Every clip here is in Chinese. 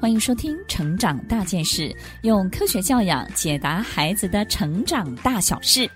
欢迎收听成长大件事，用科学教养解答孩子的成长大小事。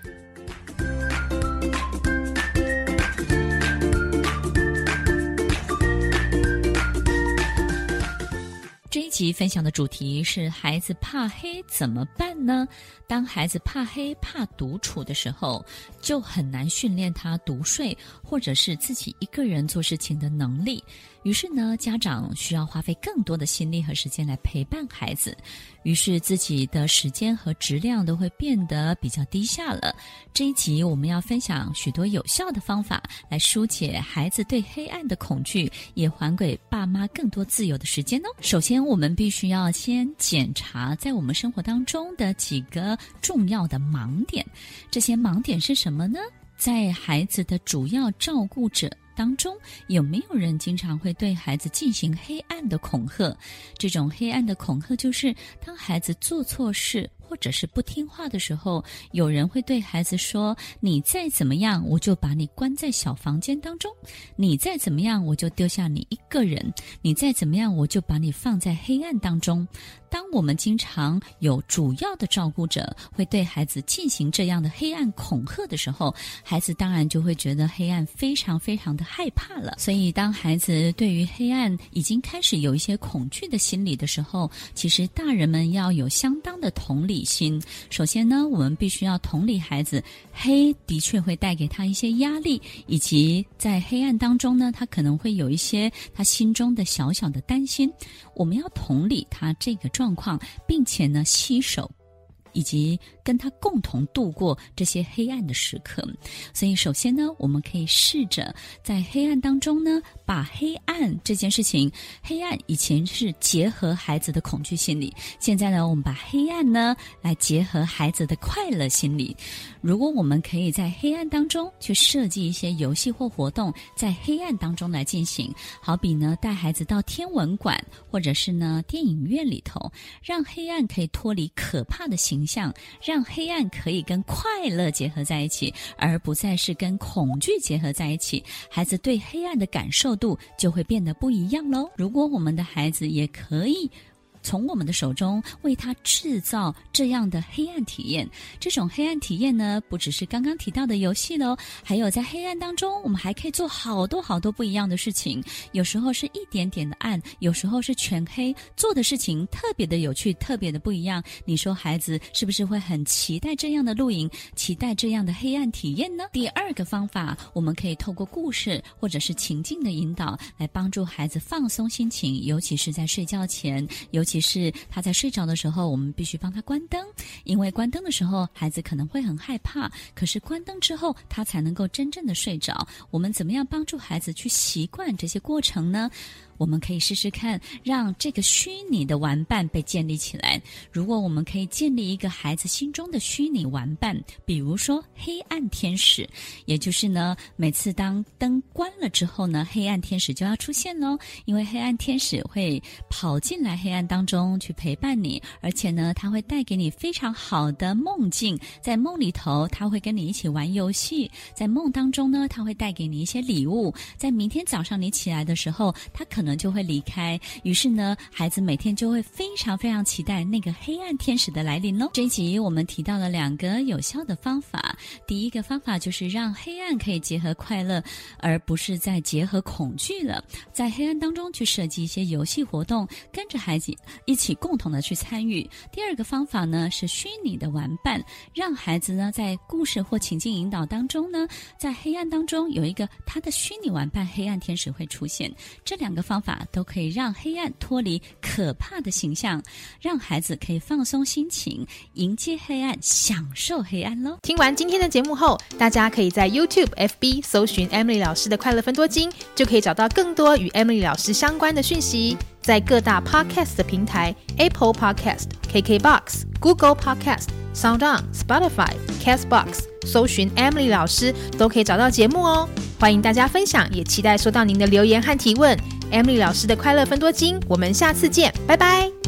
这一集分享的主题是孩子怕黑怎么办呢？当孩子怕黑怕独处的时候，就很难训练他独睡或者是自己一个人做事情的能力。于是呢，家长需要花费更多的心力和时间来陪伴孩子，于是自己的时间和质量都会变得比较低下了。这一集我们要分享许多有效的方法来疏解孩子对黑暗的恐惧，也还给爸妈更多自由的时间哦。首先我们必须要先检查在我们生活当中的几个重要的盲点。这些盲点是什么呢？在孩子的主要照顾者当中，有没有人经常会对孩子进行黑暗的恐吓？这种黑暗的恐吓就是当孩子做错事或者是不听话的时候，有人会对孩子说，你再怎么样我就把你关在小房间当中，你再怎么样我就丢下你一个人，你再怎么样我就把你放在黑暗当中。当我们经常有主要的照顾者会对孩子进行这样的黑暗恐吓的时候，孩子当然就会觉得黑暗非常非常的害怕了。所以当孩子对于黑暗已经开始有一些恐惧的心理的时候，其实大人们要有相当的同理心。首先呢，我们必须要同理孩子，黑的确会带给他一些压力，以及在黑暗当中呢，他可能会有一些他心中的小小的担心。我们要同理他这个状况，并且呢携手以及跟他共同度过这些黑暗的时刻。所以首先呢，我们可以试着在黑暗当中呢，把黑暗这件事情，黑暗以前是结合孩子的恐惧心理，现在呢，我们把黑暗呢来结合孩子的快乐心理。如果我们可以在黑暗当中去设计一些游戏或活动，在黑暗当中来进行，好比呢带孩子到天文馆，或者是呢电影院里头，让黑暗可以脱离可怕的形象，让黑暗可以跟快乐结合在一起，而不再是跟恐惧结合在一起，孩子对黑暗的感受度就会变得不一样咯。如果我们的孩子也可以从我们的手中为他制造这样的黑暗体验，这种黑暗体验呢，不只是刚刚提到的游戏咯，还有在黑暗当中我们还可以做好多好多不一样的事情。有时候是一点点的暗，有时候是全黑，做的事情特别的有趣，特别的不一样。你说孩子是不是会很期待这样的露营，期待这样的黑暗体验呢？第二个方法，我们可以透过故事或者是情境的引导来帮助孩子放松心情，尤其是在睡觉前，尤其是他在睡着的时候，我们必须帮他关灯，因为关灯的时候孩子可能会很害怕，可是关灯之后他才能够真正的睡着。我们怎么样帮助孩子去习惯这些过程呢？我们可以试试看，让这个虚拟的玩伴被建立起来。如果我们可以建立一个孩子心中的虚拟玩伴，比如说黑暗天使，也就是呢，每次当灯关了之后呢，黑暗天使就要出现咯，因为黑暗天使会跑进来黑暗当中去陪伴你，而且呢，他会带给你非常好的梦境。在梦里头，他会跟你一起玩游戏，在梦当中呢，他会带给你一些礼物。在明天早上你起来的时候，他可能就会离开，于是呢，孩子每天就会非常非常期待那个黑暗天使的来临咯。这一集我们提到了2个有效的方法。第一个方法就是让黑暗可以结合快乐，而不是在结合恐惧了。在黑暗当中去设计一些游戏活动，跟着孩子一起共同的去参与。第二个方法呢，是虚拟的玩伴，让孩子呢在故事或情境引导当中呢，在黑暗当中有一个他的虚拟玩伴，黑暗天使会出现。这2个方法都可以让黑暗脱离可怕的形象，让孩子可以放松心情，迎接黑暗，享受黑暗咯。 听完今天的节目后，大家可以在 YouTube、FB 搜寻 Emily 老师的快乐分多金，就可以找到更多与 Emily 老师相关的讯息。在各大 Podcast 的平台 Apple Podcast、KKBOX、Google Podcast、SoundOn、Spotify、Castbox 搜寻 Emily 老师都可以找到节目哦。欢迎大家分享，也期待收到您的留言和提问。Emily 老师的快乐分多金，我们下次见，拜拜。